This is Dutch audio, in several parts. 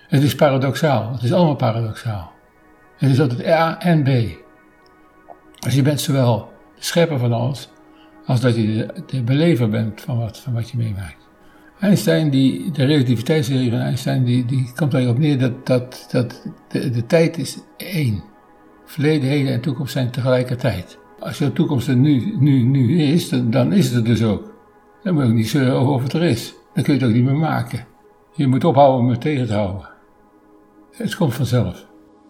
Het is paradoxaal. Het is allemaal paradoxaal. Het is altijd A en B. Dus je bent zowel de schepper van alles, als dat je de belever bent van wat je meemaakt. Einstein, de relativiteitstheorie van Einstein, die komt eigenlijk op neer dat de tijd is één. Verleden, heden en toekomst zijn tegelijkertijd. Als je toekomst er nu is, dan is het er dus ook. Dan moet je ook niet zeuren over of het er is. Dan kun je het ook niet meer maken. Je moet ophouden om het tegen te houden. Het komt vanzelf.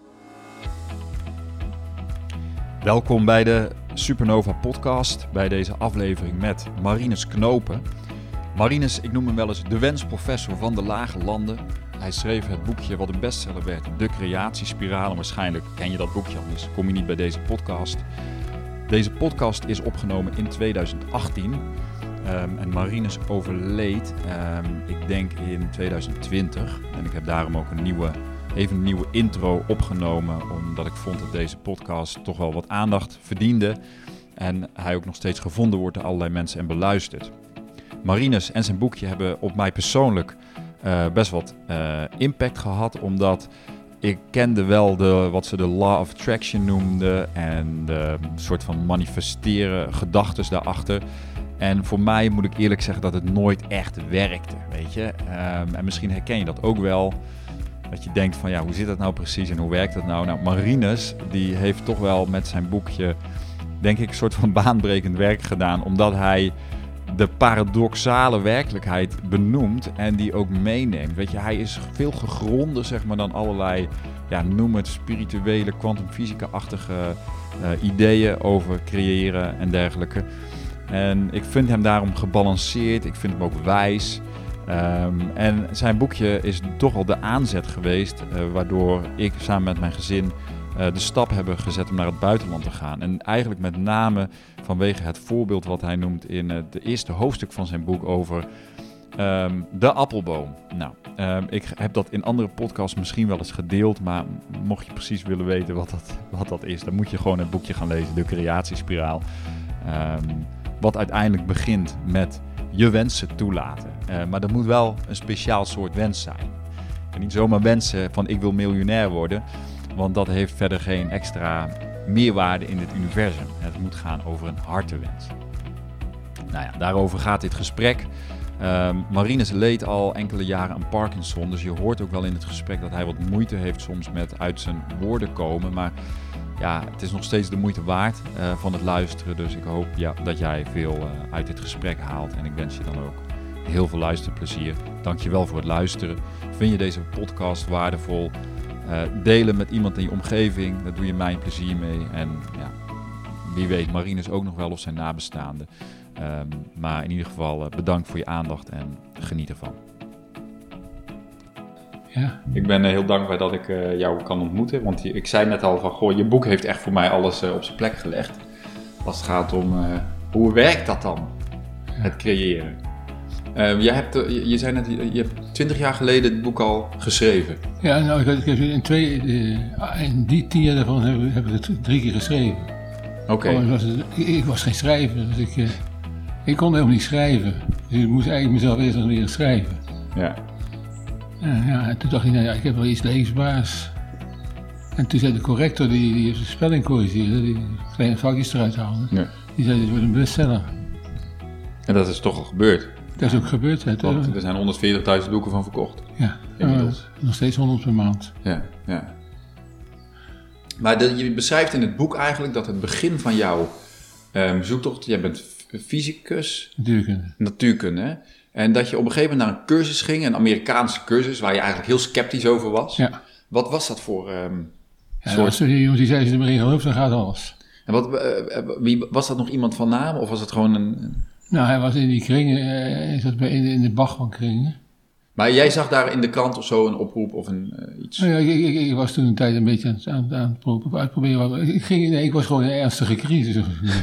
Welkom bij de Supernova podcast, bij deze aflevering met Marinus Knopen. Marinus, ik noem hem wel eens de wensprofessor van de lage landen. Hij schreef het boekje wat een bestseller werd, De Creatiespiraal. En waarschijnlijk ken je dat boekje, anders kom je niet bij deze podcast. Deze podcast is opgenomen in 2018 en Marinus overleed, ik denk in 2020. En ik heb daarom ook een nieuwe intro opgenomen, omdat ik vond dat deze podcast toch wel wat aandacht verdiende. En hij ook nog steeds gevonden wordt door allerlei mensen en beluisterd. Marinus en zijn boekje hebben op mij persoonlijk best wat impact gehad, omdat ik kende wel wat ze de law of attraction noemden en de soort van manifesteren, gedachtes daarachter. En voor mij moet ik eerlijk zeggen dat het nooit echt werkte, weet je. En misschien herken je dat ook wel, dat je denkt van ja, hoe zit dat nou precies en hoe werkt dat nou? Nou, Marinus die heeft toch wel met zijn boekje, denk ik, een soort van baanbrekend werk gedaan, omdat hij de paradoxale werkelijkheid benoemt en die ook meeneemt. Weet je, hij is veel gegronder, zeg maar, dan allerlei, ja, noem het spirituele, kwantumfysica-achtige ideeën over creëren en dergelijke. En ik vind hem daarom gebalanceerd, ik vind hem ook wijs. En zijn boekje is toch wel de aanzet geweest, waardoor ik samen met mijn gezin de stap hebben gezet om naar het buitenland te gaan. En eigenlijk met name vanwege het voorbeeld wat hij noemt in het eerste hoofdstuk van zijn boek over de appelboom. Nou, ik heb dat in andere podcasts misschien wel eens gedeeld, maar mocht je precies willen weten wat dat is, dan moet je gewoon het boekje gaan lezen, De Creatiespiraal. Wat uiteindelijk begint met je wensen toelaten. Maar dat moet wel een speciaal soort wens zijn. En niet zomaar wensen van ik wil miljonair worden, want dat heeft verder geen extra meerwaarde in het universum. Het moet gaan over een hartewens. Nou ja, daarover gaat dit gesprek. Marinus leed al enkele jaren aan Parkinson, dus je hoort ook wel in het gesprek dat hij wat moeite heeft soms met uit zijn woorden komen. Maar ja, het is nog steeds de moeite waard van het luisteren, dus ik hoop dat jij veel uit dit gesprek haalt. En ik wens je dan ook heel veel luisterplezier. Dank je wel voor het luisteren. Vind je deze podcast waardevol? Delen met iemand in je omgeving, daar doe je mij een plezier mee. En ja, wie weet Marinus ook nog wel of zijn nabestaanden. Maar in ieder geval bedankt voor je aandacht en geniet ervan. Ja. Ik ben heel dankbaar dat ik jou kan ontmoeten. Want ik zei net al van, goh, je boek heeft echt voor mij alles op zijn plek gelegd. Als het gaat om hoe werkt dat dan, het creëren. Je zei net, je hebt 20 jaar geleden het boek al geschreven. Ja, nou, ik heb in die 10 jaar daarvan heb ik het 3 keer geschreven. Oké. Ik was geen schrijver, dus ik kon helemaal niet schrijven. Dus ik moest eigenlijk mezelf eerst nog leren schrijven. Ja. En toen dacht ik, nou ja, ik heb wel iets leesbaars. En toen zei de corrector, die de spelling corrigeerde, die kleine foutjes eruit haalde, die zei, dit wordt een bestseller. En dat is toch al gebeurd? Dat is ook gebeurd. Want er zijn 140.000 boeken van verkocht. Ja, nog steeds 100 per maand. Ja. Maar je beschrijft in het boek eigenlijk dat het begin van jouw zoektocht, jij bent fysicus. Natuurkunde, hè? En dat je op een gegeven moment naar een cursus ging, een Amerikaanse cursus, waar je eigenlijk heel sceptisch over was. Ja. Wat was dat voor soort? Iemand die zei, als je er maar in gelooft, dan gaat alles. En was dat nog iemand van naam, of was het gewoon een... Nou, hij was in die kringen, hij zat in de Bachman kringen. Maar jij zag daar in de krant of zo een oproep of iets? Nou ja, ik was toen een tijd een beetje aan het uitproberen. Ik was gewoon in een ernstige crisis.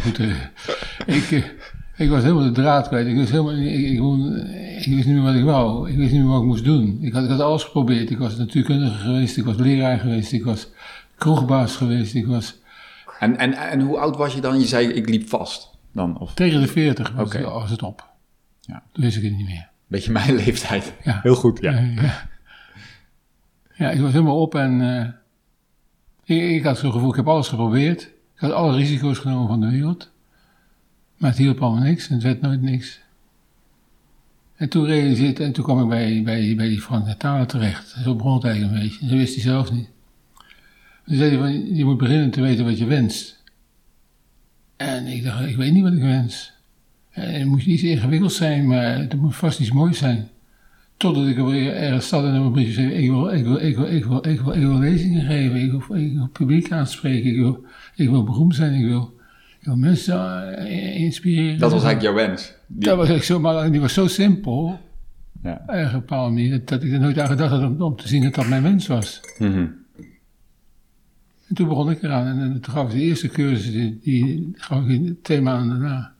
Ik was helemaal de draad kwijt. Ik wist niet meer wat ik wou. Ik wist niet meer wat ik moest doen. Ik had alles geprobeerd. Ik was natuurkundige geweest, ik was leraar geweest, ik was kroegbaas geweest, ik was... En hoe oud was je dan? Je zei, ik liep vast dan? Of? Tegen de 40 was het op. Ja. Toen wist ik het niet meer. Beetje mijn leeftijd. Ja. Heel goed, ja. Ja, ik was helemaal op en ik had zo'n gevoel, ik heb alles geprobeerd. Ik had alle risico's genomen van de wereld. Maar het hielp allemaal niks en het werd nooit niks. En toen kwam ik bij die Frank Natale terecht. Zo begon het eigenlijk een beetje. Dat wist hij zelf niet. Toen zei hij van, je moet beginnen te weten wat je wenst. En ik dacht, ik weet niet wat ik wens. En het moet niet ingewikkeld zijn, maar het moet vast iets moois zijn. Totdat ik weer ergens zat en op een briefje zei, ik wil lezingen geven, ik wil publiek aanspreken, ik wil beroemd zijn, ik wil mensen inspireren. Dat was eigenlijk jouw wens? Dat was echt zo, maar die was zo simpel, ja. Op een bepaalde manier, dat ik er nooit aan gedacht had om te zien dat dat mijn wens was. Mm-hmm. En toen begon ik eraan en toen gaf ik de eerste cursus, die gaf ik 2 maanden daarna.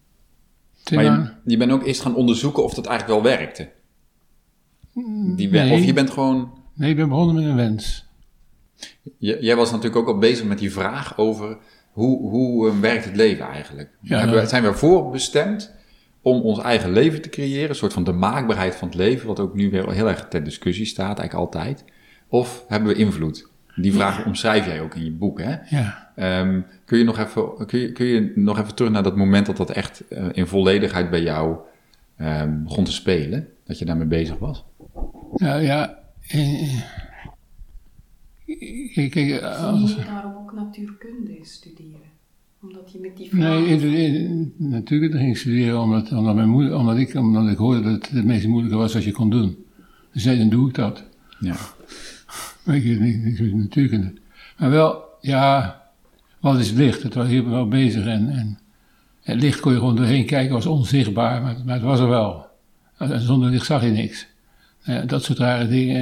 Je bent ook eerst gaan onderzoeken of dat eigenlijk wel werkte? Nee. Of je bent gewoon... Nee, ik ben begonnen met een wens. Jij was natuurlijk ook al bezig met die vraag over hoe werkt het leven eigenlijk? Ja, zijn we voorbestemd om ons eigen leven te creëren? Een soort van de maakbaarheid van het leven, wat ook nu weer heel erg ter discussie staat, eigenlijk altijd. Of hebben we invloed? Die vraag omschrijf jij ook in je boek, hè? Ja. Kun je nog even terug naar dat moment dat echt in volledigheid bij jou begon te spelen? Dat je daarmee bezig was? Ging je daarom ook natuurkunde studeren? Omdat je met die vraag... Nee, natuurkunde ging ik studeren omdat ik hoorde dat het meest moeilijke was wat je kon doen. Dus dan doe ik dat. Ja. Weet je, niet natuurkunde. Maar wel, ja, wat is licht? Het was hier wel bezig en het licht kon je gewoon doorheen kijken, was onzichtbaar, maar het was er wel. En zonder licht zag je niks. Dat soort rare dingen.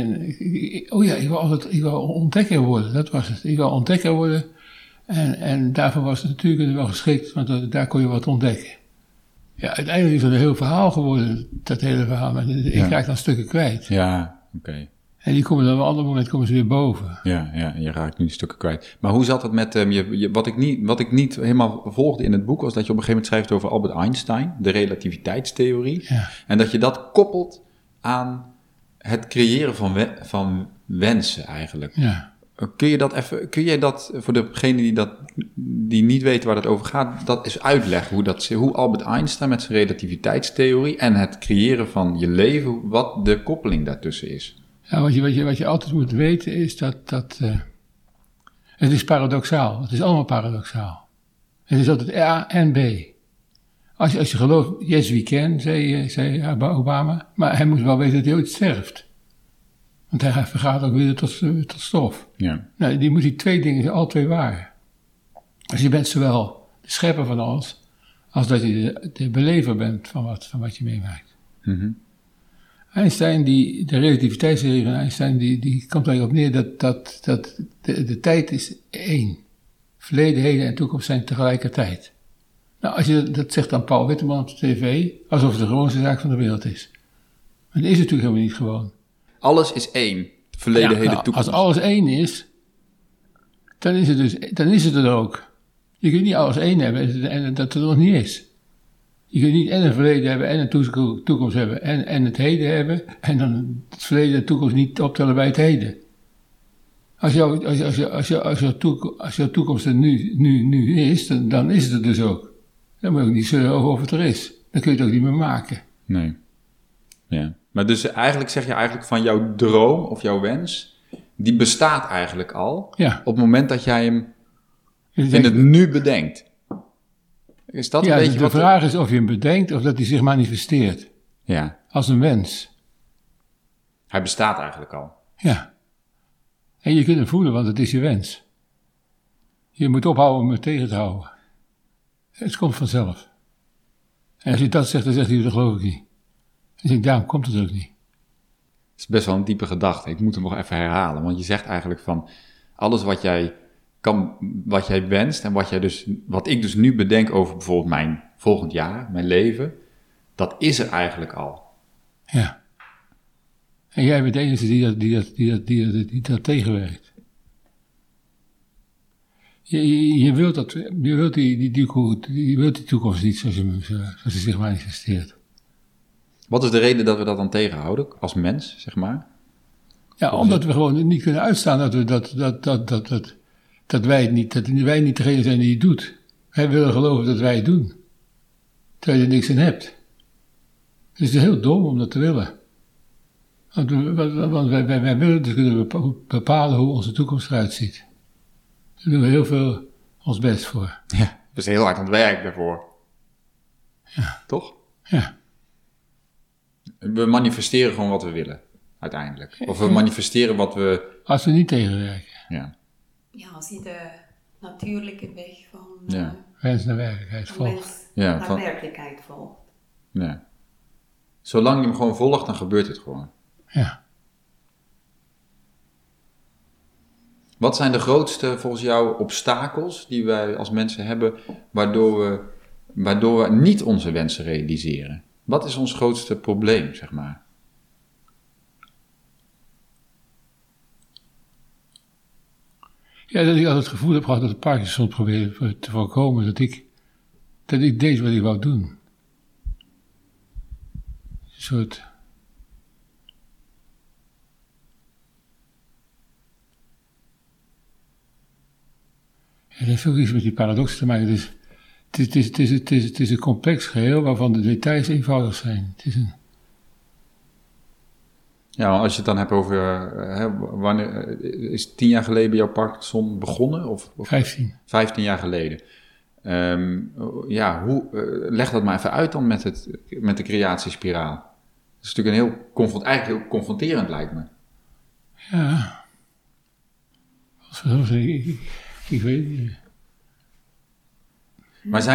En ik wil ontdekker worden, dat was het. Ik wil ontdekker worden en daarvoor was het natuurkunde wel geschikt, want daar kon je wat ontdekken. Ja, uiteindelijk is het een heel verhaal geworden, dat hele verhaal, maar ik raak dan stukken kwijt. Ja, oké. En die komen dan op een ander moment weer boven. Ja, je raakt nu stukken kwijt. Maar hoe zat het met... wat ik niet helemaal volgde in het boek was dat je op een gegeven moment schrijft over Albert Einstein, de relativiteitstheorie. Ja. En dat je dat koppelt aan het creëren van wensen eigenlijk. Ja. Kun je dat voor degenen die niet weten waar het over gaat, dat eens uitleggen hoe Albert Einstein met zijn relativiteitstheorie en het creëren van je leven, wat de koppeling daartussen is? Ja, wat je altijd moet weten is dat het is paradoxaal. Het is allemaal paradoxaal. Het is altijd A en B. Als je gelooft, yes we can, zei Obama, maar hij moet wel weten dat hij ooit sterft. Want hij vergaat ook weer tot stof. Ja. Nou, die 2 dingen zijn al 2 waar. Dus je bent zowel de schepper van alles, als dat je de belever bent van wat je meemaakt. Mm-hmm. Einstein, de relativiteitstheorie van Einstein, die komt eigenlijk op neer dat de tijd is 1. Verleden, heden en toekomst zijn tegelijkertijd. Nou, dat zegt dan Paul Witteman op de tv, alsof het de gewoonste zaak van de wereld is. Maar dat is natuurlijk helemaal niet gewoon. Alles is 1. Verleden, heden, toekomst. Als alles 1 is, dan is het er ook. Je kunt niet alles 1 hebben en dat er nog niet is. Je kunt niet en een verleden hebben en een toekomst hebben en het heden hebben en dan het verleden en de toekomst niet optellen bij het heden. Als jouw toekomst er nu is, dan is het er dus ook. Dan moet je ook niet zeuren over of het er is. Dan kun je het ook niet meer maken. Nee. Ja. Maar dus eigenlijk zeg je eigenlijk van jouw droom of jouw wens, die bestaat eigenlijk al. Ja. Op het moment dat jij hem in het nu bedenkt. Is dat een beetje de vraag is of je hem bedenkt of dat hij zich manifesteert. Ja. Als een wens. Hij bestaat eigenlijk al. Ja. En je kunt hem voelen, want het is je wens. Je moet ophouden om het tegen te houden. Het komt vanzelf. En als je dat zegt, dan zegt hij, dat geloof ik niet. Dan zeg ik, daarom komt het ook niet. Het is best wel een diepe gedachte. Ik moet hem nog even herhalen. Want je zegt eigenlijk van, alles wat jij wenst en wat ik dus nu bedenk over bijvoorbeeld mijn volgend jaar, mijn leven, dat is er eigenlijk al. Ja. En jij bent de enige die dat tegenwerkt. Je wilt die toekomst niet zoals ze zich manifesteert. Wat is de reden dat we dat dan tegenhouden als mens, zeg maar? Ja, omdat we gewoon niet kunnen uitstaan dat wij niet degene zijn die het doet. Wij willen geloven dat wij het doen. Terwijl je er niks in hebt. Dus het is heel dom om dat te willen. Want wij willen dus kunnen bepalen hoe onze toekomst eruit ziet. Daar doen we heel veel ons best voor. Ja, we zijn heel hard aan het werk daarvoor. Ja. Toch? Ja. We manifesteren gewoon wat we willen, uiteindelijk. Of we manifesteren wat we... Als we niet tegenwerken. Ja. Ja, als je de natuurlijke weg van Wens naar werkelijkheid volgt. Naar werkelijkheid volgt. Ja. Zolang je hem gewoon volgt, dan gebeurt het gewoon. Ja. Wat zijn de grootste, volgens jou, obstakels die wij als mensen hebben, waardoor we niet onze wensen realiseren? Wat is ons grootste probleem, zeg maar? Ja, dat ik altijd het gevoel heb gehad dat de Parkinson probeerde te voorkomen dat ik deed wat ik wou doen. Een soort... Ja, dat heeft ook iets met die paradox te maken. Het is een complex geheel waarvan de details eenvoudig zijn. Het is een... Ja, als je het dan hebt over, wanneer is 10 jaar geleden jouw Parkinson begonnen? Of 15. 15 jaar geleden. Leg dat maar even uit dan met de creatiespiraal. Dat is natuurlijk eigenlijk heel confronterend, lijkt me. Ja. Ik weet het niet. Maar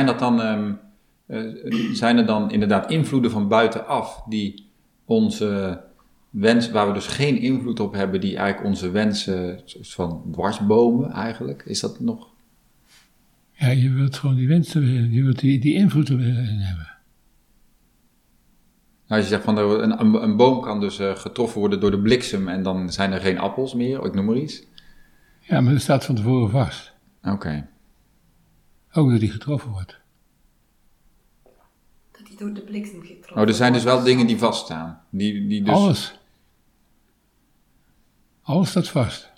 zijn er dan inderdaad invloeden van buitenaf die onze wens, waar we dus geen invloed op hebben, die eigenlijk onze wensen van dwarsbomen eigenlijk? Is dat nog? Ja, je wilt gewoon die wensen willen, je wilt die invloed willen hebben. Nou, als je zegt van een boom kan dus getroffen worden door de bliksem en dan zijn er geen appels meer, ik noem maar iets. Ja, maar dat staat van tevoren vast. Oké. Ook dat die getroffen wordt. Dat die door de bliksem getroffen Oh, er zijn dus wel wordt. dingen die vaststaan. Die dus... Alles. Alles staat vast.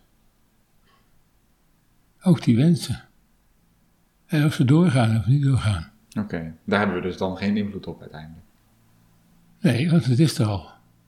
Ook die wensen. En of ze doorgaan of niet doorgaan. Oké, daar hebben we dus dan geen invloed op uiteindelijk. Nee, want het is er al.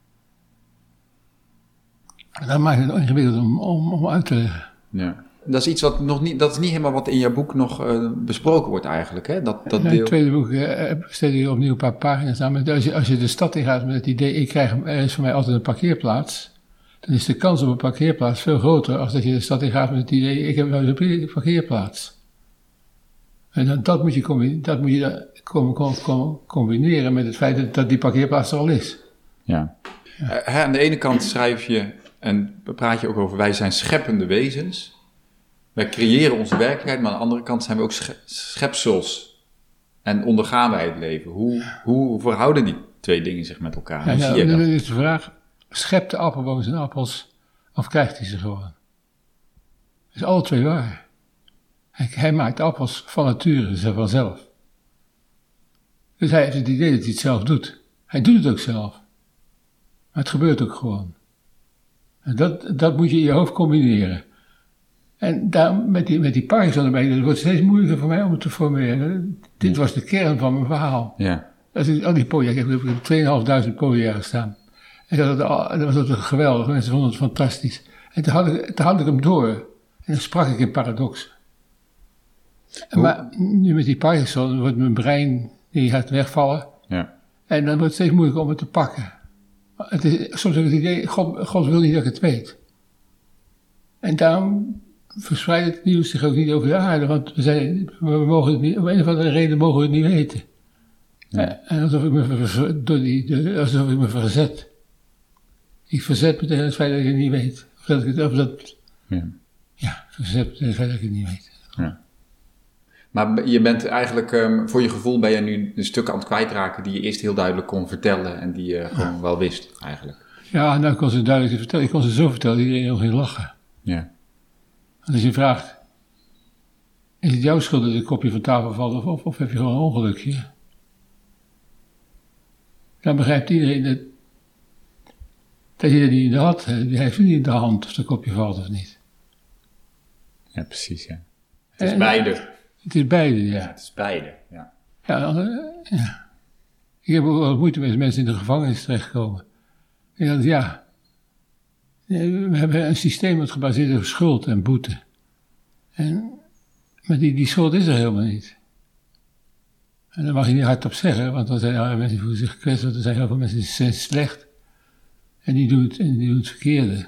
En dat maakt het ingewikkeld om uit te leggen. Ja. Dat is iets dat is niet helemaal wat in jouw boek nog besproken wordt eigenlijk, hè? Dat In deel... het tweede boek besteed ik opnieuw een paar pagina's aan. Maar als je de stad in gaat met het idee, er is voor mij altijd een parkeerplaats, dan is de kans op een parkeerplaats veel groter als dat je de stad in gaat met het idee, ik heb nou een parkeerplaats. En dat moet je combineren met het feit dat die parkeerplaats er al is. Ja. Aan de ene kant schrijf je en praat je ook over wij zijn scheppende wezens. Wij creëren onze werkelijkheid, maar aan de andere kant zijn we ook schepsels. En ondergaan wij het leven. Hoe verhouden die twee dingen zich met elkaar? Hoe zie je dat? Dan is de vraag, schept de appelboom zijn appels of krijgt hij ze gewoon? Dat is alle twee waar. Hij maakt appels van nature, vanzelf. Dus hij heeft het idee dat hij het zelf doet. Hij doet het ook zelf. Maar het gebeurt ook gewoon. En dat moet je in je hoofd combineren. En daar, met die Parkinson erbij, dat wordt steeds moeilijker voor mij om het te formuleren. Dit was de kern van mijn verhaal. Ja. Al die podium, ik heb 2.500 podium gestaan. En dat was geweldig, mensen vonden het fantastisch. En toen had ik hem door. En dan sprak ik in paradoxen. Maar nu met die Parkinson wordt mijn brein, die gaat wegvallen. Ja. En dan wordt het steeds moeilijker om het te pakken. Soms heb ik het idee, God wil niet dat ik het weet. En daarom verspreidt het nieuws zich ook niet over de aarde, want we mogen het niet, om een of andere reden mogen we het niet weten. Ja. En alsof ik me verzet. Ik verzet me tegen het feit dat ik het niet weet. Verzet me tegen het feit dat ik het niet weet. Ja. Maar je bent eigenlijk, voor je gevoel ben je nu een stuk aan het kwijtraken die je eerst heel duidelijk kon vertellen en die je gewoon wel wist eigenlijk. Ja, nou ik kon ze duidelijk vertellen. Ik kon ze zo vertellen dat iedereen nog ging lachen. Ja. En als je vraagt, is het jouw schuld dat het kopje van tafel valt of heb je gewoon een ongelukje? Dan begrijpt iedereen Dat je dat niet had, die heeft niet in de hand of de kopje valt of niet. Ja, precies, ja. Het is beide. Het is beide, ja. Het is beide, ja. Ja. Ik heb ook wel moeite met mensen in de gevangenis terechtkomen. Ik dacht, we hebben een systeem dat gebaseerd is op schuld en boete. Maar die schuld is er helemaal niet. En daar mag je niet hardop zeggen, want dan zijn mensen die voelen zich gekwetst, want er zijn heel veel mensen die zijn slecht. En die doen het verkeerde.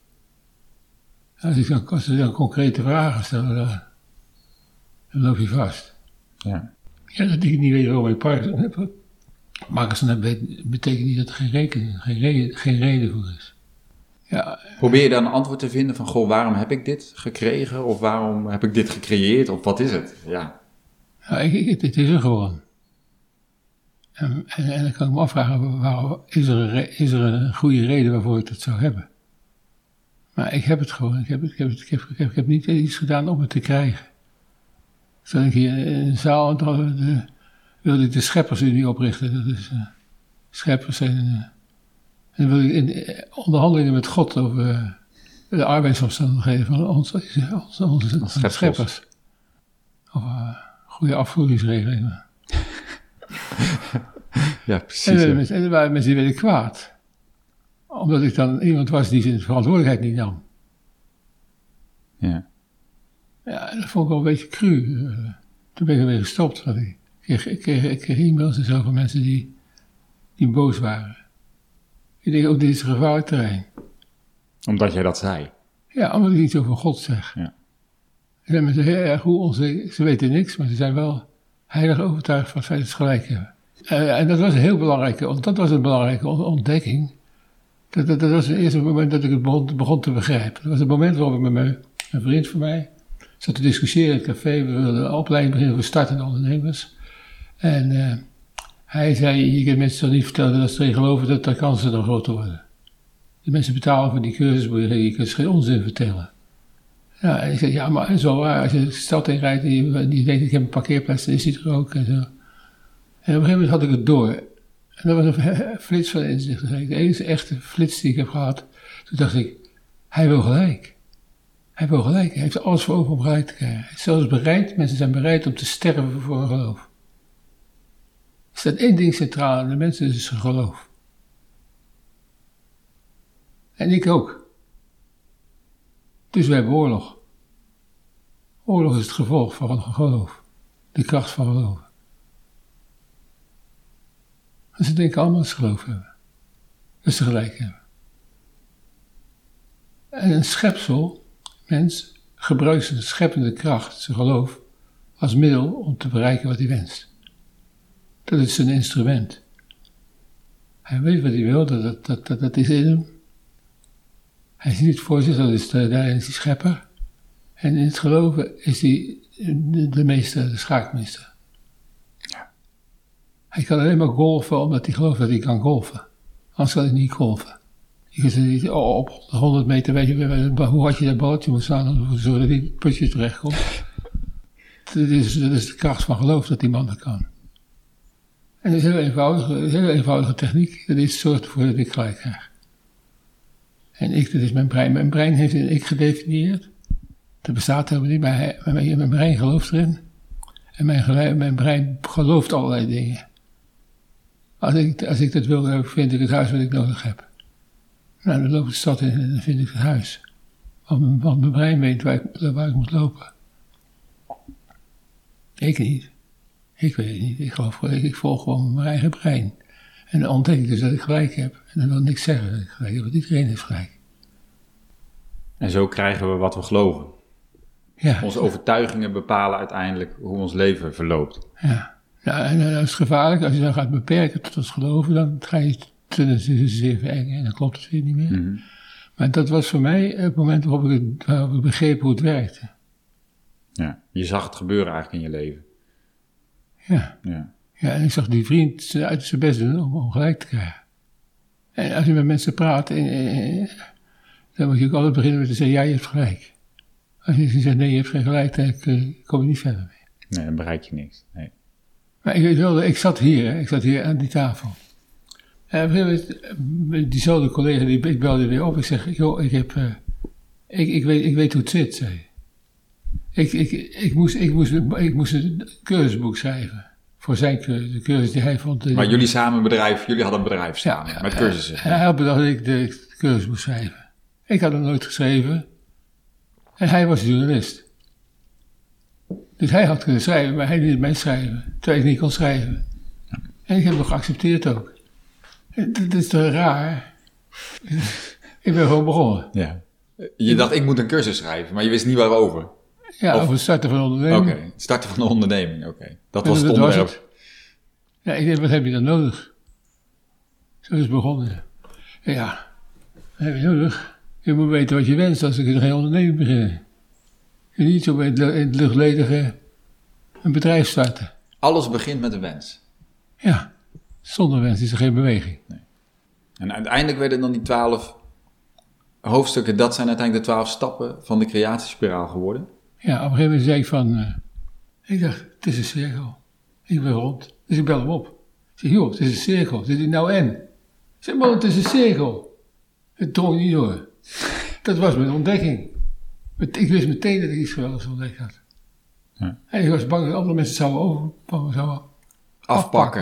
Als ze dan concrete vragen stellen, dan loop je vast. Ja. Ja, dat ik niet weet waarom ik Parkinson heb. Parkinson heb, betekent niet dat er geen reden voor is. Ja. Probeer je dan een antwoord te vinden van, waarom heb ik dit gekregen? Of waarom heb ik dit gecreëerd? Of wat is het? Ja. Het is er gewoon. En dan kan ik me afvragen, is er een goede reden waarvoor ik dat zou hebben? Maar ik heb het gewoon. Ik heb niet iets gedaan om het te krijgen. Zat ik hier in een zaal en wilde ik de Scheppersunie oprichten. Dat is scheppers zijn... en dan wilde ik in onderhandelingen met God over de arbeidsomstandigheden van onze scheppers. Over goede afvoeringsregelingen. Ja, precies. En er waren mensen die werden kwaad. Omdat ik dan iemand was die zijn verantwoordelijkheid niet nam. Ja. Ja, dat vond ik wel een beetje cru. Toen ben ik ermee gestopt. Want ik kreeg e-mails en zo van mensen die boos waren. Ik denk, dit is een gevaarlijk terrein. Omdat jij dat zei? Ja, omdat ik iets over God zeg. Ja. Er zijn mensen heel erg goed onzeker. Ze weten niks, maar ze zijn wel heilig overtuigd van het feit dat ze gelijk hebben. En dat was een heel belangrijke, dat was een belangrijke ontdekking. Dat was het eerste moment dat ik het begon te begrijpen. Dat was het moment waarop ik met een vriend van mij zat te discussiëren in het café. We wilden een opleiding beginnen voor startende ondernemers. En hij zei, je kunt mensen toch niet vertellen dat ze erin geloven dat de kansen dan groter worden. De mensen betalen voor die cursus, je kunt ze geen onzin vertellen. Ja, en ik zei, ja, maar dat is wel waar. Als je de stad inrijdt en je denkt, ik heb een parkeerplaats, dan is die er ook en zo. En op een gegeven moment had ik het door. En dat was een flits van inzicht. De enige echte flits die ik heb gehad. Toen dacht ik, hij wil gelijk. Hij wil gelijk. Hij heeft er alles voor over om gelijk te krijgen. Hij is zelfs bereid, mensen zijn bereid om te sterven voor hun geloof. Er staat één ding centraal aan de mensen, dat is hun geloof. En ik ook. Dus we hebben oorlog. Oorlog is het gevolg van geloof. De kracht van geloven. En ze denken allemaal dat ze geloof hebben. Dat ze gelijk hebben. En een schepsel, mens, gebruikt zijn scheppende kracht, zijn geloof, als middel om te bereiken wat hij wenst. Dat is zijn instrument. Hij weet wat hij wil, dat is in hem. Hij ziet het voor zich, daarin is hij schepper. En in het geloven is hij de meester, de schaakmeester. Ja. Hij kan alleen maar golfen omdat hij gelooft dat hij kan golfen. Anders kan hij niet golfen. Je kunt niet op 100 meter, weet je, hoe had je dat balletje moet staan, zodat hij in het putje terechtkomt. Dat is de kracht van geloof dat die man dat kan. En dat is een heel eenvoudige techniek. Dat is zorgt ervoor dat ik gelijk krijg. En dat is mijn brein. Mijn brein heeft een ik gedefinieerd. Dat bestaat helemaal niet, maar mijn brein gelooft erin. En mijn brein gelooft allerlei dingen. Als ik dat wil, vind ik het huis wat ik nodig heb. Nou, dan loop ik de stad in en dan vind ik het huis. Want mijn brein weet waar ik moet lopen. Ik niet. Ik weet het niet. Ik volg gewoon mijn eigen brein. En dan ontdek ik dus dat ik gelijk heb. En dan wil niks zeggen dat ik gelijk heb, want iedereen heeft gelijk. En zo krijgen we wat we geloven. Ja. Onze overtuigingen bepalen uiteindelijk hoe ons leven verloopt. Ja. Ja, en dat is gevaarlijk. Als je dan gaat beperken tot het geloven, dan ga je het zeer verengen en dan klopt het weer niet meer. Mm-hmm. Maar dat was voor mij het moment waarop ik begreep hoe het werkte. Ja, je zag het gebeuren eigenlijk in je leven. Ja. Ja, en ik zag die vriend uit zijn best doen om gelijk te krijgen. En als je met mensen praat, dan moet je ook altijd beginnen met te zeggen, ja, je hebt gelijk. Als je zegt, nee, je hebt geen gelijk, dan kom je niet verder mee. Nee, dan bereik je niks. Nee. Maar ik weet wel, ik zat hier aan die tafel. En op een gegeven moment, diezelfde collega, ik belde weer op. Ik zeg, joh, ik weet hoe het zit, zei hij. Ik moest een cursusboek schrijven. Voor zijn cursus, de cursus die hij vond. Maar jullie hadden een bedrijf samen, met cursussen. Hij had bedacht dat ik de cursus moest schrijven. Ik had hem nooit geschreven. En hij was journalist. Dus hij had kunnen schrijven, maar hij liet mij schrijven. Terwijl ik niet kon schrijven. En ik heb hem geaccepteerd ook. Dat is toch raar? Ik ben gewoon begonnen. Ja. Je dacht, ik moet een cursus schrijven, maar je wist niet waarover. Ja, over het starten van een onderneming. Oké, het starten van een onderneming, oké. Dat was het onderwerp. Ja, ik denk, wat heb je dan nodig? Zo is het begonnen. Ja, wat heb je nodig? Je moet weten wat je wenst, als ik geen onderneming beginnen. Je niet zo in het luchtledige een bedrijf starten. Alles begint met een wens. Ja, zonder wens is er geen beweging. Nee. En uiteindelijk werden dan die 12 hoofdstukken, dat zijn uiteindelijk de 12 stappen van de creatiespiraal geworden. Ja, op een gegeven moment zei ik van, ik dacht, het is een cirkel. Ik ben rond. Dus ik bel hem op. Ik zeg, joh, het is een cirkel. Zit hij nou in? Ik zeg, man, het is een cirkel. Het drong niet door. Dat was mijn ontdekking. Ik wist meteen dat ik iets geweldigs ontdekt had. Ja. En ik was bang dat andere mensen zouden afpakken.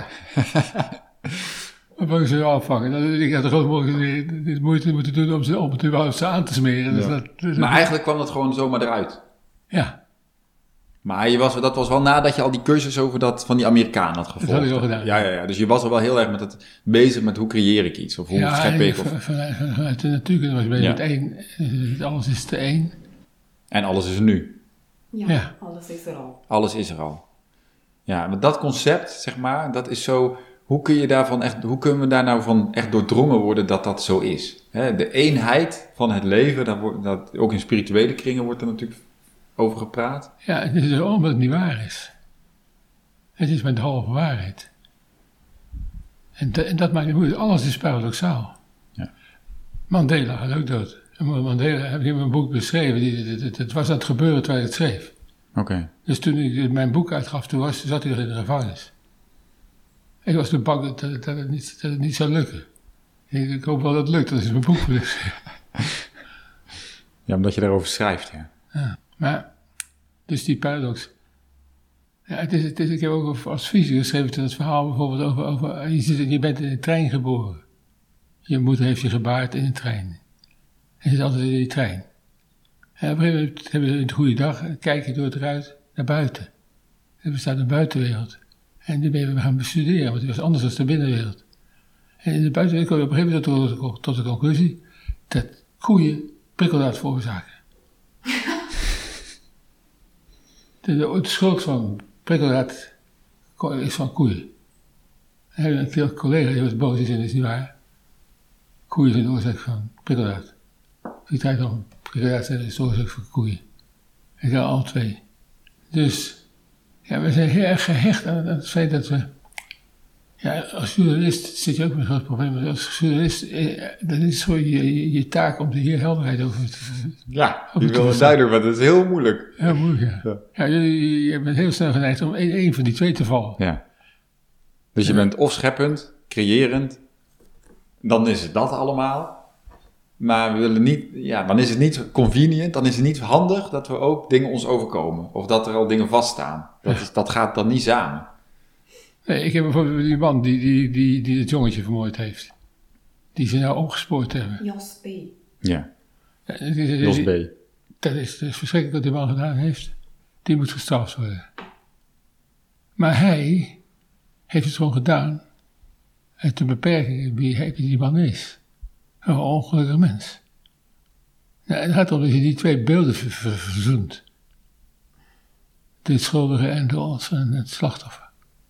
Bang dat ze afpakken. Ik had de grote mogelijkheid moeite moeten doen om het überhaupt aan te smeren. Ja. Dus maar eigenlijk kwam het gewoon zomaar eruit. Ja. Maar dat was wel nadat je al die cursus over van die Amerikaan had gevolgd. Dat had ik al gedaan. Ja. Dus je was al wel heel erg bezig met hoe creëer ik iets. Of hoe schep ik. Vanuit de natuurkunde was ik bezig met één. Alles is te één. En alles is er nu. Ja, alles is er al. Alles is er al. Ja, maar dat concept, zeg maar, dat is zo. Hoe kunnen we daar nou van echt doordrongen worden dat dat zo is? De eenheid van het leven, dat ook in spirituele kringen wordt er natuurlijk over gepraat. Ja, het is omdat het niet waar is. Het is met de halve waarheid. En dat maakt niet moeilijk. Alles is paradoxaal. Ja. Mandela gaat ook dood. Mandela heb ik in mijn boek beschreven. Het was aan het gebeuren terwijl ik het schreef. Okay. Dus toen ik mijn boek uitgaf, zat hij nog in de gevangenis. Ik was toen bang dat het niet zou lukken. Ik hoop wel dat het lukt, dat is mijn boek. Ja, omdat je daarover schrijft, ja. Maar, dus die paradox. Ja, ik heb ook als fysicus geschreven het verhaal bijvoorbeeld over je bent in een trein geboren. Je moeder heeft je gebaard in een trein. En je zit altijd in die trein. En op een gegeven moment hebben we een goede dag en kijk je door het ruit naar buiten. Er bestaat een buitenwereld. En die ben we gaan bestuderen, want die was anders dan de binnenwereld. En in de buitenwereld kom je op een gegeven moment tot de conclusie dat koeien prikkeldraad veroorzaken. De schuld van prikkeldraad is van koeien. En een collega die was boos, die zei, dat is niet waar. Koeien zijn de oorzaak van prikkeldraad. Die tijd nog, prikkeldraad zijn de oorzaak van koeien. Ik had al twee. Dus, ja, we zijn heel erg gehecht aan het feit dat we... Ja, als journalist zit je ook met een groot probleem. Als journalist, dan is het zo je taak om hier helderheid over te... Ja, je wil het duidelijk, maar dat is heel moeilijk. Heel moeilijk, ja. Ja, je bent heel snel geneigd om één van die twee te vallen. Ja. Dus je bent of scheppend, creërend, dan is het dat allemaal. Maar we willen niet, dan is het niet convenient, dan is het niet handig dat we ook dingen ons overkomen. Of dat er al dingen vaststaan. Dat gaat dan niet samen. Nee, ik heb bijvoorbeeld die man die het jongetje vermoord heeft. Die ze nou opgespoord hebben. Jos B. Ja. Jos B. Dat is verschrikkelijk wat die man gedaan heeft. Die moet gestraft worden. Maar hij heeft het gewoon gedaan uit te beperken wie die man is. Een ongelukkig mens. Nou, het gaat om dat je die twee beelden verzoent. De schuldige en het slachtoffer.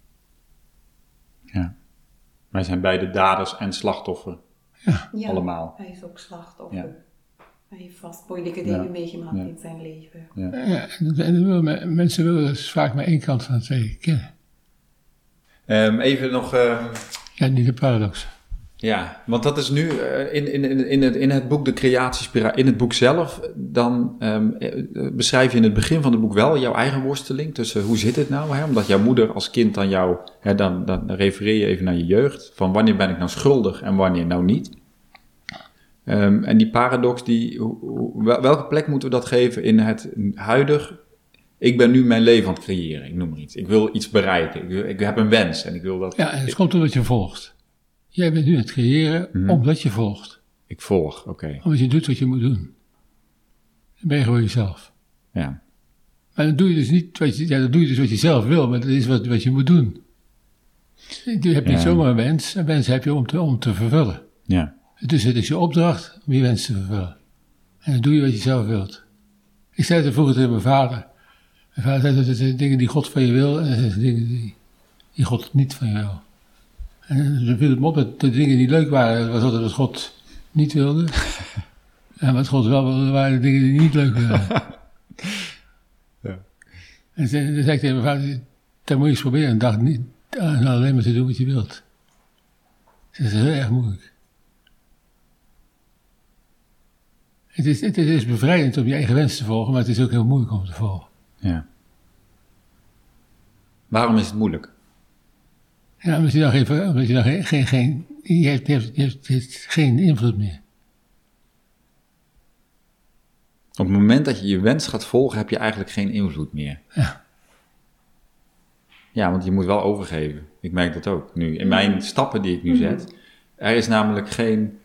Ja. Wij zijn beide daders en slachtoffer. Ja, allemaal. Hij is ook slachtoffer. Ja. Hij heeft vast moeilijke dingen meegemaakt in zijn leven. Ja. En mensen willen dus vaak maar één kant van het twee kennen. Even nog... Ja, niet de paradox. Ja, want dat is nu in het boek De Creatiespiraal, in het boek zelf, dan beschrijf je in het begin van het boek wel jouw eigen worsteling tussen hoe zit het nou, hè? Omdat jouw moeder als kind aan jou, hè, dan refereer je even naar je jeugd, van wanneer ben ik nou schuldig en wanneer nou niet. En die paradox, welke plek moeten we dat geven in het huidig? Ik ben nu mijn leven aan het creëren, ik noem maar iets. Ik wil iets bereiken, ik heb een wens en ik wil dat... Ja, en het komt omdat je volgt. Jij bent nu aan het creëren omdat je volgt. Ik volg, oké. Omdat je doet wat je moet doen. Dan ben je gewoon jezelf. Ja. Maar dan doe je dus niet dan doe je dus wat je zelf wil, maar dat is wat je moet doen. Je hebt niet zomaar een wens. Een wens heb je om te vervullen. Ja. Dus het is je opdracht om je wens te vervullen. En dan doe je wat je zelf wilt. Ik zei het vroeger tegen mijn vader. Mijn vader zei dat het zijn dingen die God van je wil en dat zijn dingen die God niet van je wil. En dan viel het me op dat de dingen die leuk waren, was altijd wat God niet wilde. En wat God wel wilde, waren de dingen die niet leuk waren. Ja. En dan zei ik tegen mijn vader, dat moet je eens proberen een dag niet alleen maar te doen wat je wilt. Dat is heel erg moeilijk. Het is bevrijdend om je eigen wens te volgen, maar het is ook heel moeilijk om te volgen. Ja. Waarom is het moeilijk? Ja, omdat je dan je hebt geen invloed meer. Op het moment dat je je wens gaat volgen, heb je eigenlijk geen invloed meer. Ja. Ja, want je moet wel overgeven. Ik merk dat ook nu. In mijn stappen die ik nu zet, er is namelijk geen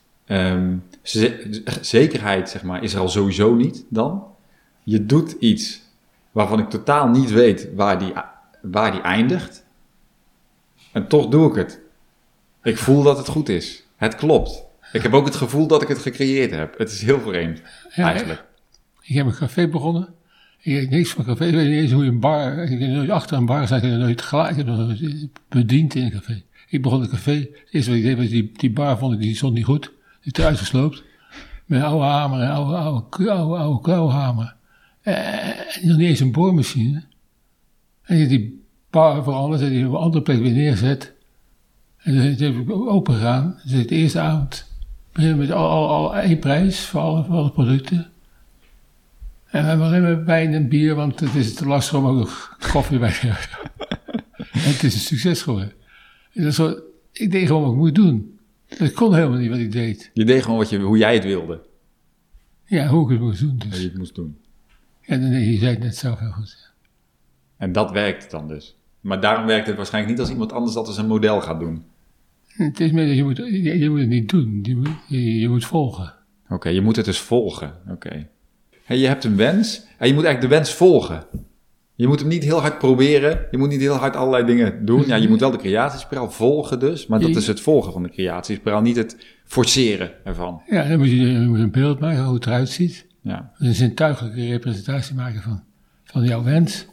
zekerheid, zeg maar, is er al sowieso niet dan. Je doet iets waarvan ik totaal niet weet waar die eindigt. En toch doe ik het. Ik voel dat het goed is. Het klopt. Ik heb ook het gevoel dat ik het gecreëerd heb. Het is heel vreemd, eigenlijk. Ik heb een café begonnen. Ik weet niks van café. Ik weet niet eens hoe je een bar... Ik heb nooit achter een bar gezeten. Ik heb nooit gelijk. Ik heb nog nooit bediend in een café. Ik begon een café. Het eerste wat ik deed was die bar vond ik, die stond niet goed. Die is eruit gesloopt. Met een oude hamer en oude klauwhamer. En nog niet eens een boormachine. En je die bar veranderd en die op een andere plek weer neerzet. En dan heb ik open gegaan. Dus de eerste avond beginnen met al één prijs voor alle producten. En we hebben alleen maar wijn en bier, want het is te lastig om ook nog koffie bij te hebben. En het is een succes geworden. En dat zo, ik deed gewoon wat ik moest doen. Dat kon helemaal niet wat ik deed. Je deed gewoon hoe jij het wilde. Ja, hoe ik het moest doen. Dus. Hoe je het moest doen. En dan, je zei het net zelf heel goed. Ja. En dat werkt dan dus. Maar daarom werkt het waarschijnlijk niet als iemand anders dat als een model gaat doen. Het is meer dat je moet het niet doen. Je moet volgen. Oké, je moet het dus volgen. Oké. Hey, je hebt een wens en je moet eigenlijk de wens volgen. Je moet hem niet heel hard proberen. Je moet niet heel hard allerlei dingen doen. Ja, je moet wel de creatiespiraal volgen dus. Maar dat is het volgen van de creatiespiraal. Niet het forceren ervan. Ja, dan moet je een beeld maken hoe het eruit ziet. Ja. Een zintuigelijke representatie maken van jouw wens.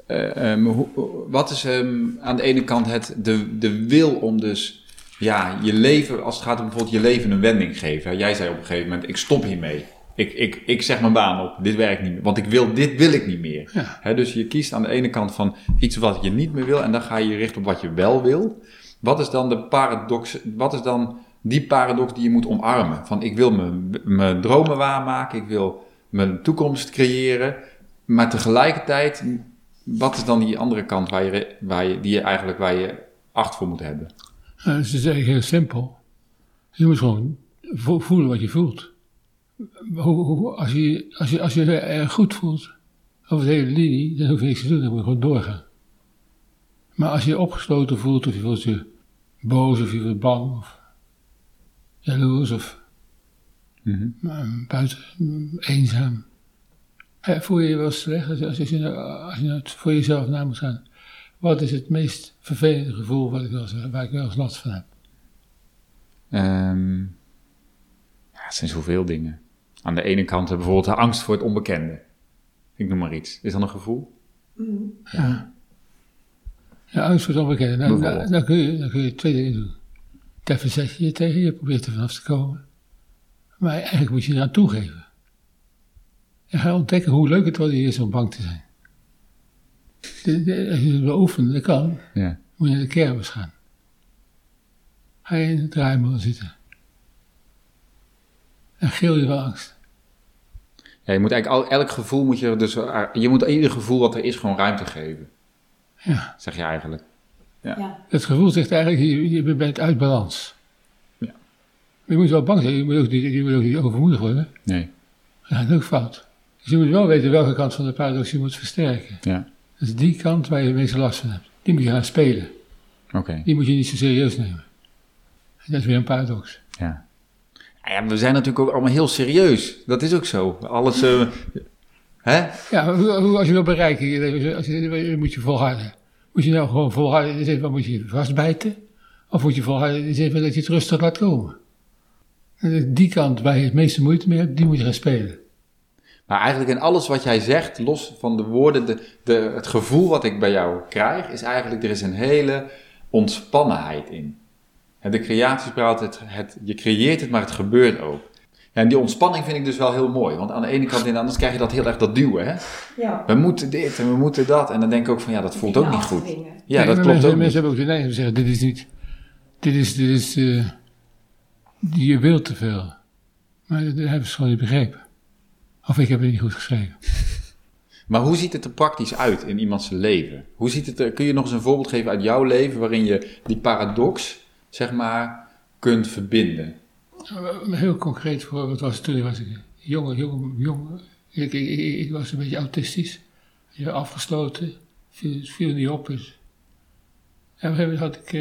Wat is aan de ene kant de wil om dus... Ja, je leven, als het gaat om bijvoorbeeld je leven een wending geven. Jij zei op een gegeven moment, ik stop hiermee. Ik zeg mijn baan op, dit werkt niet meer. Want dit wil ik niet meer. Ja. Dus je kiest aan de ene kant van iets wat je niet meer wil. En dan ga je richten op wat je wel wil. Wat is dan de paradox? Wat is dan die paradox die je moet omarmen? Van ik wil mijn dromen waarmaken. Ik wil mijn toekomst creëren. Maar tegelijkertijd, wat is dan die andere kant waar je acht voor moet hebben? Het is eigenlijk heel simpel. Je moet gewoon voelen wat je voelt. Als je erg goed voelt, over de hele linie, dan hoef je niks te doen, dan moet je gewoon doorgaan. Maar als je je opgesloten voelt, of je voelt je boos, of je voelt bang, of jaloers, of buiten eenzaam. Voel je je wel slecht, als je voor jezelf na moet gaan. Wat is het meest vervelende gevoel waar ik wel eens last van heb? Het zijn zoveel dingen. Aan de ene kant bijvoorbeeld de angst voor het onbekende. Ik noem maar iets. Is dat een gevoel? Ja. Ja, angst voor het onbekende. Dan kun je twee dingen doen. Daar verzet je je tegen, je probeert er vanaf te komen. Maar eigenlijk moet je eraan toegeven. Je gaat ontdekken hoe leuk het wel is om bang te zijn. Als je het wil oefenen, dat kan. Ja. Moet je naar de kermis gaan. ga je in de draaimolen zitten. En gil je van angst. Ja, je moet eigenlijk elk gevoel moet je dus... Je moet ieder gevoel wat er is gewoon ruimte geven. Ja. Zeg je eigenlijk. Ja. Het gevoel zegt eigenlijk, je bent uit balans. Ja. Je moet wel bang zijn, je moet ook niet overmoedig worden. Nee. Dat is ook fout. Dus je moet wel weten welke kant van de paradox je moet versterken. Ja. Dat is die kant waar je het meeste last van hebt. Die moet je gaan spelen. Oké. Die moet je niet zo serieus nemen. En dat is weer een paradox. Ja. Ja, we zijn natuurlijk ook allemaal heel serieus. Dat is ook zo. Alles... hè? Ja, als je wil bereiken, moet je volharden. Moet je nou gewoon volharden in de zin van, moet je vastbijten? Of moet je volharden in de zin van dat je het rustig laat komen? En die kant waar je het meeste moeite mee hebt, die moet je gaan spelen. Maar eigenlijk in alles wat jij zegt, los van de woorden, het gevoel wat ik bij jou krijg, is eigenlijk, er is een hele ontspannenheid in. En de creatie praat, je creëert het, maar het gebeurt ook. Ja, en die ontspanning vind ik dus wel heel mooi. Want aan de ene kant, anders krijg je dat heel erg dat duwen, hè? Ja. We moeten dit en we moeten dat. En dan denk ik ook van, ja, dat voelt ook niet goed. Ja, nee, dat klopt ook niet. Mensen hebben ook de neiging te zeggen, dit is niet... je wilt te veel. Maar dat hebben ze gewoon niet begrepen. Of ik heb het niet goed geschreven. Maar hoe ziet het er praktisch uit in iemands leven? Hoe ziet het er, kun je nog eens een voorbeeld geven uit jouw leven waarin je die paradox, zeg maar, kunt verbinden? Een heel concreet voorbeeld was toen was ik jong. Ik was een beetje autistisch. Afgesloten. Viel niet op. Dus. En op een gegeven moment had ik...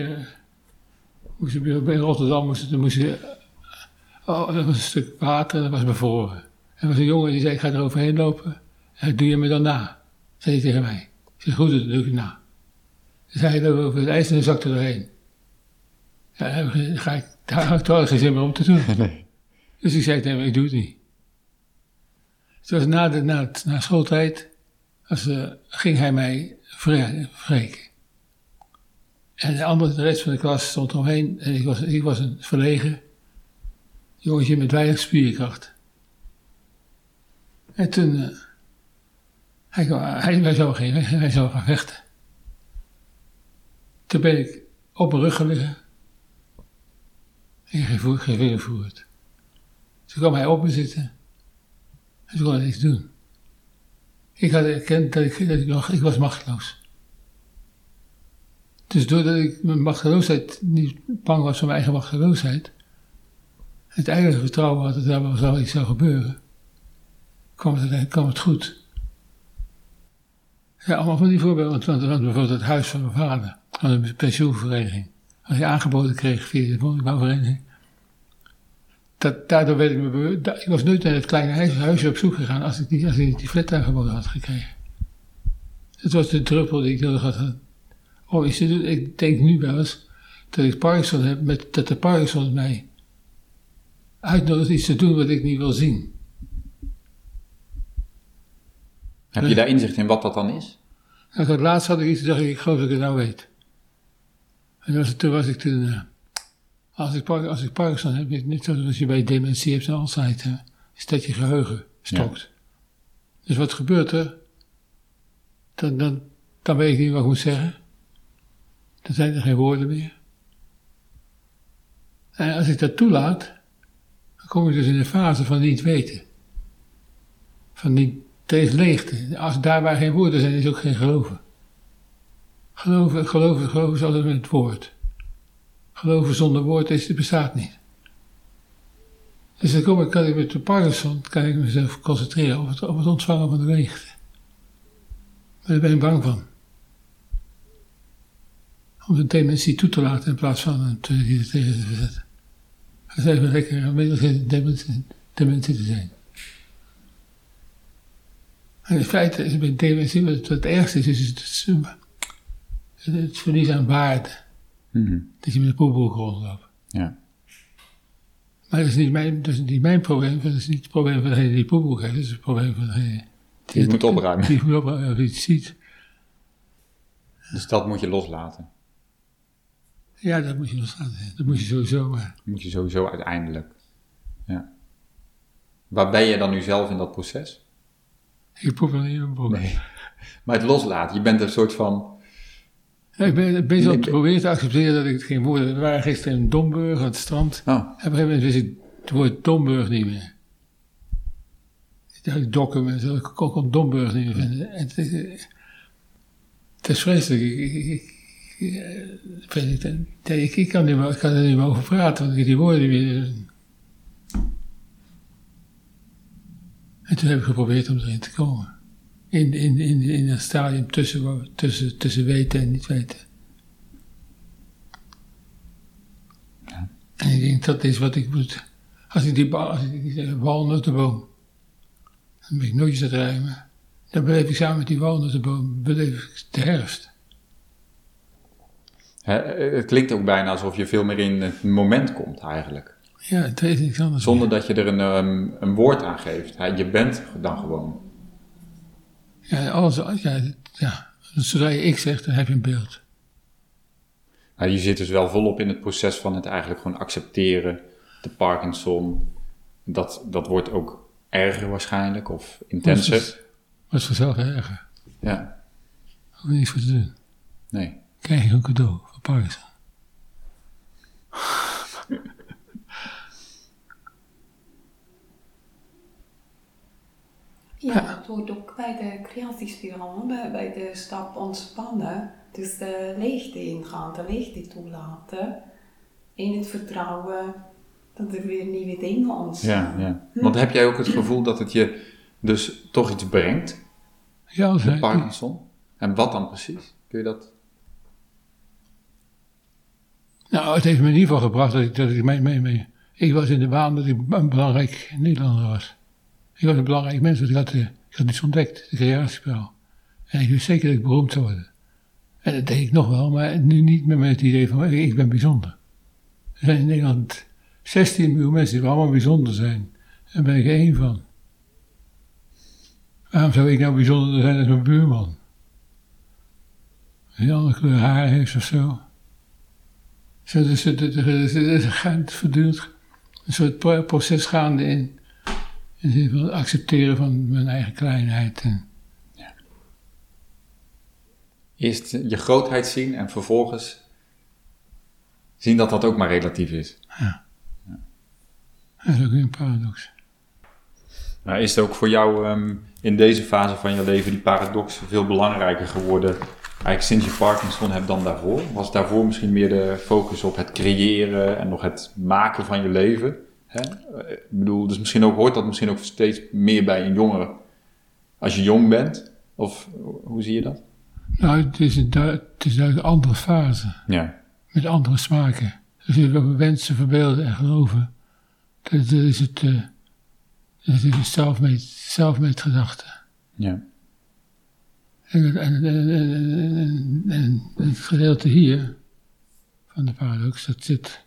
in Rotterdam er was een stuk water en dat was bevroren. En er was een jongen die zei, ik ga er overheen lopen. En doe je me dan na? Zei hij tegen mij. Ik zei, goed, dat doe ik na. Dus hij loopt over het ijs en dan zakt er doorheen. Ja, dan ga ik... Daar had ik toch geen zin meer om te doen. Nee. Dus ik zei tegen hem, ik doe het niet. Het was na schooltijd, ging hij mij wreken. En de rest van de klas stond omheen en ik was een verlegen jongetje met weinig spierkracht. En toen, wij zouden gaan vechten. Toen ben ik op mijn rug gaan liggen. En geen vinger voert. Toen kwam hij op me zitten. En toen kon hij niks doen. Ik had erkend dat ik was machteloos. Dus doordat ik mijn machteloosheid niet bang was voor mijn eigen machteloosheid, het eigen vertrouwen had dat er wel iets zou gebeuren, kwam het goed. Ja, allemaal van die voorbeelden, want bijvoorbeeld het huis van mijn vader, van een pensioenvereniging, als je aangeboden kreeg via de woningbouwvereniging, daardoor werd ik me bewust, ik was nooit naar het kleine huisje op zoek gegaan als ik niet die flat aangeboden had gekregen. Het was de druppel die ik nodig had. Ik denk nu wel eens dat ik Parkinson heb, dat de Parkinson mij uitnodigt iets te doen wat ik niet wil zien. Heb je daar inzicht in wat dat dan is? Nou, laatst had ik iets, dacht ik geloof dat ik het nou weet. En toen was ik als ik Parkinson heb, net zoals je bij dementie hebt en Alzheimer, is dat je geheugen stokt. Ja. Dus wat gebeurt er? Dan weet ik niet wat ik moet zeggen. Dan zijn er geen woorden meer. En als ik dat toelaat, dan kom ik dus in een fase van niet weten. Deze leegte. Als daar waar geen woorden zijn, is ook geen geloven. Geloven is altijd met het woord. Geloven zonder woord bestaat niet. Dus dan kan ik met de Parkinson mezelf concentreren op het ontvangen van de leegte. Maar daar ben ik bang van. Om de dementie toe te laten in plaats van hem tegen te verzetten. Het is even lekker om geen dementie te zijn. En in feite is bij dementie wat het ergste is het verlies aan waarde. Mm-hmm. Dat je met een poelboek rondloopt. Ja. Maar dat is niet mijn probleem. Dat is niet het probleem van degene die poelboek heeft. Dat is het probleem van degene die het moet opruimen. Die moet opruimen of iets ziet. Dus dat moet je loslaten. Ja, dat moet je loslaten. Dat moet je sowieso. Dat moet je sowieso uiteindelijk. Ja. Waar ben je dan nu zelf in dat proces? Ik probeer niet een boek. Nee. Maar het loslaten, je bent een soort van... Ik ben bezig om te proberen te accepteren dat ik het geen woorden... We waren gisteren in Domburg, aan het strand. En op een gegeven moment wist ik het woord Domburg niet meer. Ik dacht, dokken en zo, ik kon Domburg niet meer vinden. En het is vreselijk. Ik kan er niet meer over praten, want ik die woorden niet meer... En toen heb ik geprobeerd om erin te komen. In een stadium tussen weten en niet weten. Ja. En ik denk, dat is wat ik moet... Als ik die walnotenboom... Dan ben ik nooit aan het rijmen. Dan beleef ik samen met die walnotenboom de herfst. Het klinkt ook bijna alsof je veel meer in het moment komt eigenlijk. Ja, het weet niks anders. Zonder dat je er een woord aan geeft. Je bent dan gewoon. Ja, zodra je ik zegt, dan heb je een beeld. Nou, je zit dus wel volop in het proces van het eigenlijk gewoon accepteren. De Parkinson, dat wordt ook erger waarschijnlijk, of intenser. Was vanzelf erger. Ja. Hoef je niets voor te doen. Nee. Krijg je een cadeau van Parkinson. Ja, dat hoort ook bij de creatiespiraal, bij de stap ontspannen. Dus de leegte ingaan, de leegte toelaten. In het vertrouwen dat er weer nieuwe dingen ontstaan. Ja. Want heb jij ook het gevoel dat het je dus toch iets brengt? Ja, de Parkinson? En wat dan precies? Kun je dat... Nou, het heeft me in ieder geval gebracht dat ik mee. Ik was in de waan dat ik een belangrijk Nederlander was. Ik was een belangrijk mens, want ik had iets ontdekt, de creatiespiraal. En ik wist zeker dat ik beroemd zou worden. En dat deed ik nog wel, maar nu niet meer met het idee van, ik ben bijzonder. Er zijn in Nederland 16 miljoen mensen die allemaal bijzonder zijn. Daar ben ik er één van. Waarom zou ik nou bijzonder zijn als mijn buurman? Die een andere kleur haar heeft of zo. Dus er gaat voortdurend een soort proces gaande in de zin van het accepteren van mijn eigen kleinheid. Ja. Eerst je grootheid zien en vervolgens zien dat dat ook maar relatief is. Ja. Dat is ook weer een paradox. Nou, is het ook voor jou in deze fase van je leven die paradox veel belangrijker geworden, eigenlijk sinds je Parkinson hebt dan daarvoor? Was daarvoor misschien meer de focus op het creëren en nog het maken van je leven? Hè? Ik bedoel, dus misschien ook, hoort dat misschien ook steeds meer bij een jongere als je jong bent? Of hoe zie je dat? Nou, het is een andere fase. Ja. Met andere smaken. Dus we wensen, verbeelden en geloven. Dat is het zelfmeet gedachte. Ja. En het gedeelte hier van de paradox, dat zit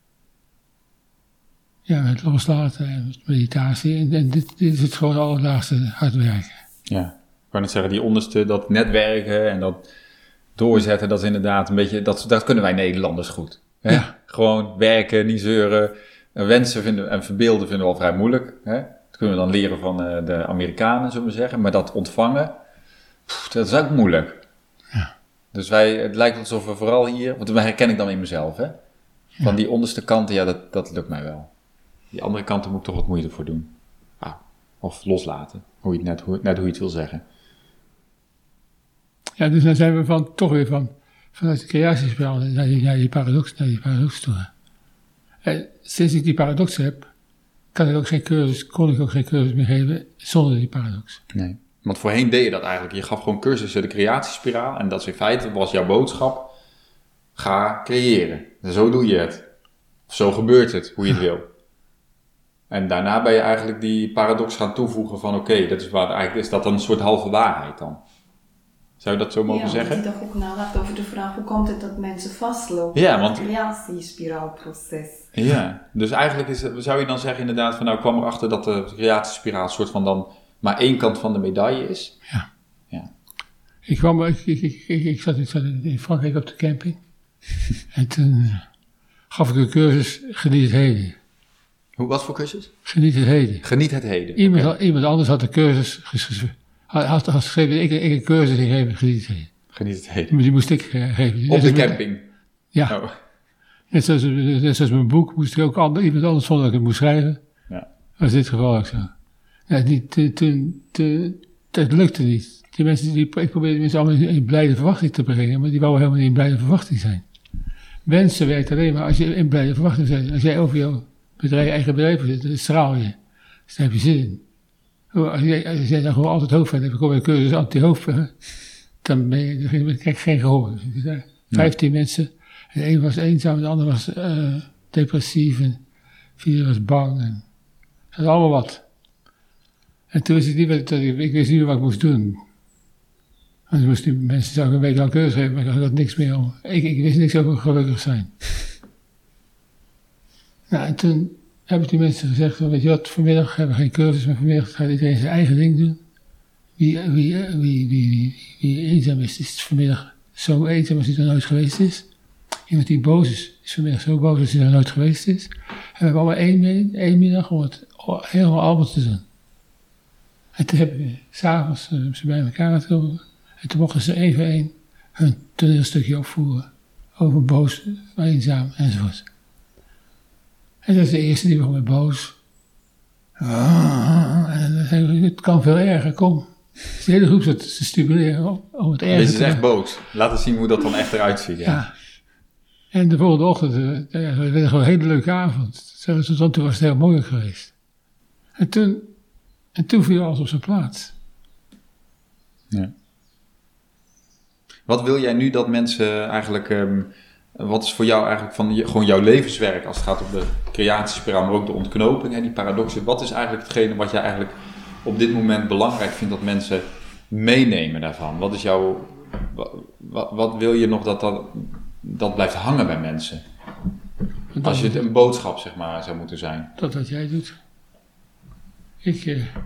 met loslaten en met meditatie. En dit is het gewoon allerlaagste hard werken. Ja, ik wou net zeggen, die onderste, dat netwerken en dat doorzetten, dat is inderdaad een beetje, dat kunnen wij Nederlanders goed. Hè? Ja. Gewoon werken, niet zeuren. Wensen vinden en verbeelden vinden we al vrij moeilijk. Hè? Dat kunnen we dan leren van de Amerikanen, zullen we zeggen. Maar dat ontvangen, dat is ook moeilijk. Ja. Dus het lijkt alsof we vooral hier, want dat herken ik dan in mezelf, hè. Van die onderste kanten, dat lukt mij wel. Die andere kanten moet ik toch wat moeite voor doen. Of loslaten, net hoe je het wil zeggen. Ja, dus dan zijn we vanuit de creatiespiraal naar die paradox toe. En sinds ik die paradox heb, kon ik ook geen cursus meer geven zonder die paradox. Nee, want voorheen deed je dat eigenlijk. Je gaf gewoon cursussen de creatiespiraal en dat is in feite, was jouw boodschap, ga creëren. En zo doe je het. Of zo gebeurt het, hoe je het wil. En daarna ben je eigenlijk die paradox gaan toevoegen van oké, dat is waar eigenlijk is dat dan een soort halve waarheid dan. Zou je dat zo mogen zeggen? Ja, ik dacht ook nadacht over de vraag, hoe komt het dat mensen vastlopen in het creatiespiraalproces? Ja, dus eigenlijk zou je dan zeggen inderdaad van nou, ik kwam erachter dat de creatiespiraal een soort van dan maar één kant van de medaille is. Ja. Ja. Ik zat in Frankrijk op de camping en toen gaf ik een cursus Geniet het heden. Wat voor cursus? Geniet het heden. Geniet het heden. Iemand anders had de cursus geschreven. Had geschreven, ik een cursus gegeven, Geniet het heden. Geniet het heden. Maar die moest ik geven. Op de camping? Ja. Oh. Net zoals mijn boek moest ik ook iemand anders vonden dat ik het moest schrijven. Ja. Dat was dit geval ook zo. Ja, het lukte niet. Die mensen, ik probeerde mensen allemaal in blijde verwachting te brengen, maar die wouden helemaal niet in blijde verwachting zijn. Wensen werkt alleen maar als je in blijde verwachting bent. Als jij over jouw eigen bedrijf zit, dan straal je. Dus daar heb je zin in. Als jij dan gewoon altijd hoofdpijn hebt, ik kom bij een cursus anti-hoofdpijn, dan krijg je geen gehoor. Dus 15 mensen. En de een was eenzaam, de ander was depressief en de vierde was bang. En dat was allemaal wat. En toen wist ik wist niet wat ik moest doen. En toen moesten die mensen zelf een week lang cursus geven, maar ik had niks meer om. Ik wist niks over gelukkig zijn. Nou, en toen hebben die mensen gezegd, weet je wat, vanmiddag hebben we geen cursus, maar vanmiddag gaat iedereen zijn eigen ding doen. Wie eenzaam is vanmiddag zo eenzaam als hij er nooit geweest is. Iemand die boos is vanmiddag zo boos als hij er nooit geweest is. En we hebben allemaal één middag om het helemaal allemaal te doen. En toen hebben we s'avonds ze bij elkaar getrokken. En toen mochten ze één voor één hun toneelstukje opvoeren. Over boos, eenzaam enzovoort. En dat is de eerste die begon met boos. En dan zei ik, het kan veel erger, kom. Dus de hele groep zat te stimuleren om het erger te Dit is echt boos. Laat eens zien hoe dat dan echt eruit ziet. Ja. En de volgende ochtend, het werd gewoon een hele leuke avond. Toen was het heel moeilijk geweest. En toen viel alles op zijn plaats. Ja. Wat wil jij nu dat mensen eigenlijk... wat is voor jou eigenlijk gewoon jouw levenswerk als het gaat om de creatiespiraal, maar ook de ontknoping, hè, die paradoxen. Wat is eigenlijk hetgene wat jij eigenlijk op dit moment belangrijk vindt dat mensen meenemen daarvan? Wat is jouw... Wat wil je nog dat blijft hangen bij mensen? Als je het een boodschap, zeg maar, zou moeten zijn. Dat wat jij doet. Ik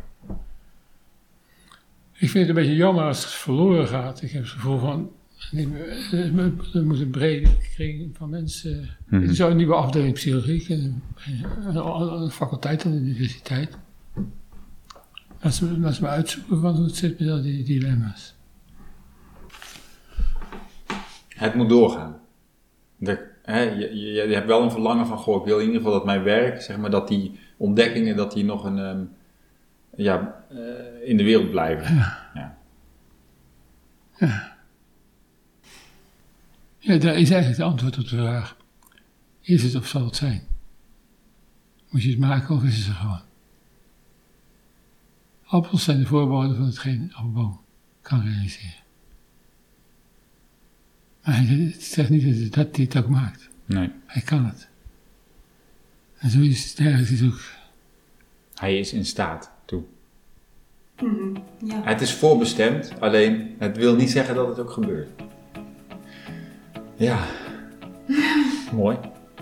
vind het een beetje jammer als het verloren gaat. Ik heb het gevoel van... Er moet een brede kring van mensen... Er is ook een nieuwe afdeling psychologie. Een faculteit aan de universiteit. Laat ze me uitzoeken van hoe het zit met al die dilemma's. Het moet doorgaan. Je hebt wel een verlangen van... Goh, ik wil in ieder geval dat mijn werk... Zeg maar dat die ontdekkingen... Dat die nog in de wereld blijven. Ja, daar is eigenlijk het antwoord op de vraag. Is het of zal het zijn? Moet je het maken of is het er gewoon? Appels zijn de voorboden van hetgeen een appelboom kan realiseren. Maar het zegt niet dat hij het ook maakt. Nee. Hij kan het. En zo is het ook. Hij is in staat toe. Ja. Het is voorbestemd, alleen het wil niet zeggen dat het ook gebeurt. Ja. Mooi.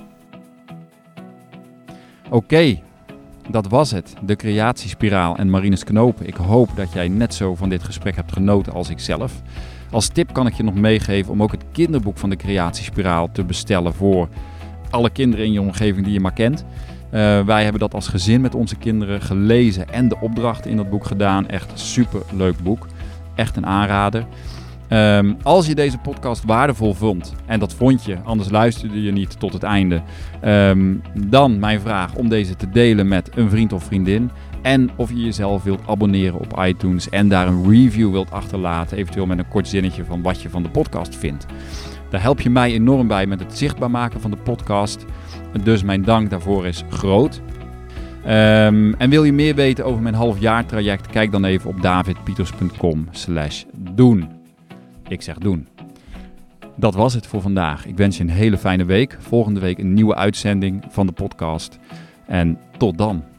Oké, dat was het. De creatiespiraal en Marinus Knopen. Ik hoop dat jij net zo van dit gesprek hebt genoten als ik zelf. Als tip kan ik je nog meegeven om ook het kinderboek van de creatiespiraal te bestellen voor alle kinderen in je omgeving die je maar kent. Wij hebben dat als gezin met onze kinderen gelezen en de opdrachten in dat boek gedaan. Echt super leuk boek. Echt een aanrader. Als je deze podcast waardevol vond, en dat vond je, anders luisterde je niet tot het einde, dan mijn vraag om deze te delen met een vriend of vriendin. En of je jezelf wilt abonneren op iTunes en daar een review wilt achterlaten, eventueel met een kort zinnetje van wat je van de podcast vindt. Daar help je mij enorm bij met het zichtbaar maken van de podcast. Dus mijn dank daarvoor is groot. En wil je meer weten over mijn halfjaartraject? Kijk dan even op davidpieters.com/doen. Ik zeg doen. Dat was het voor vandaag. Ik wens je een hele fijne week. Volgende week een nieuwe uitzending van de podcast. En tot dan.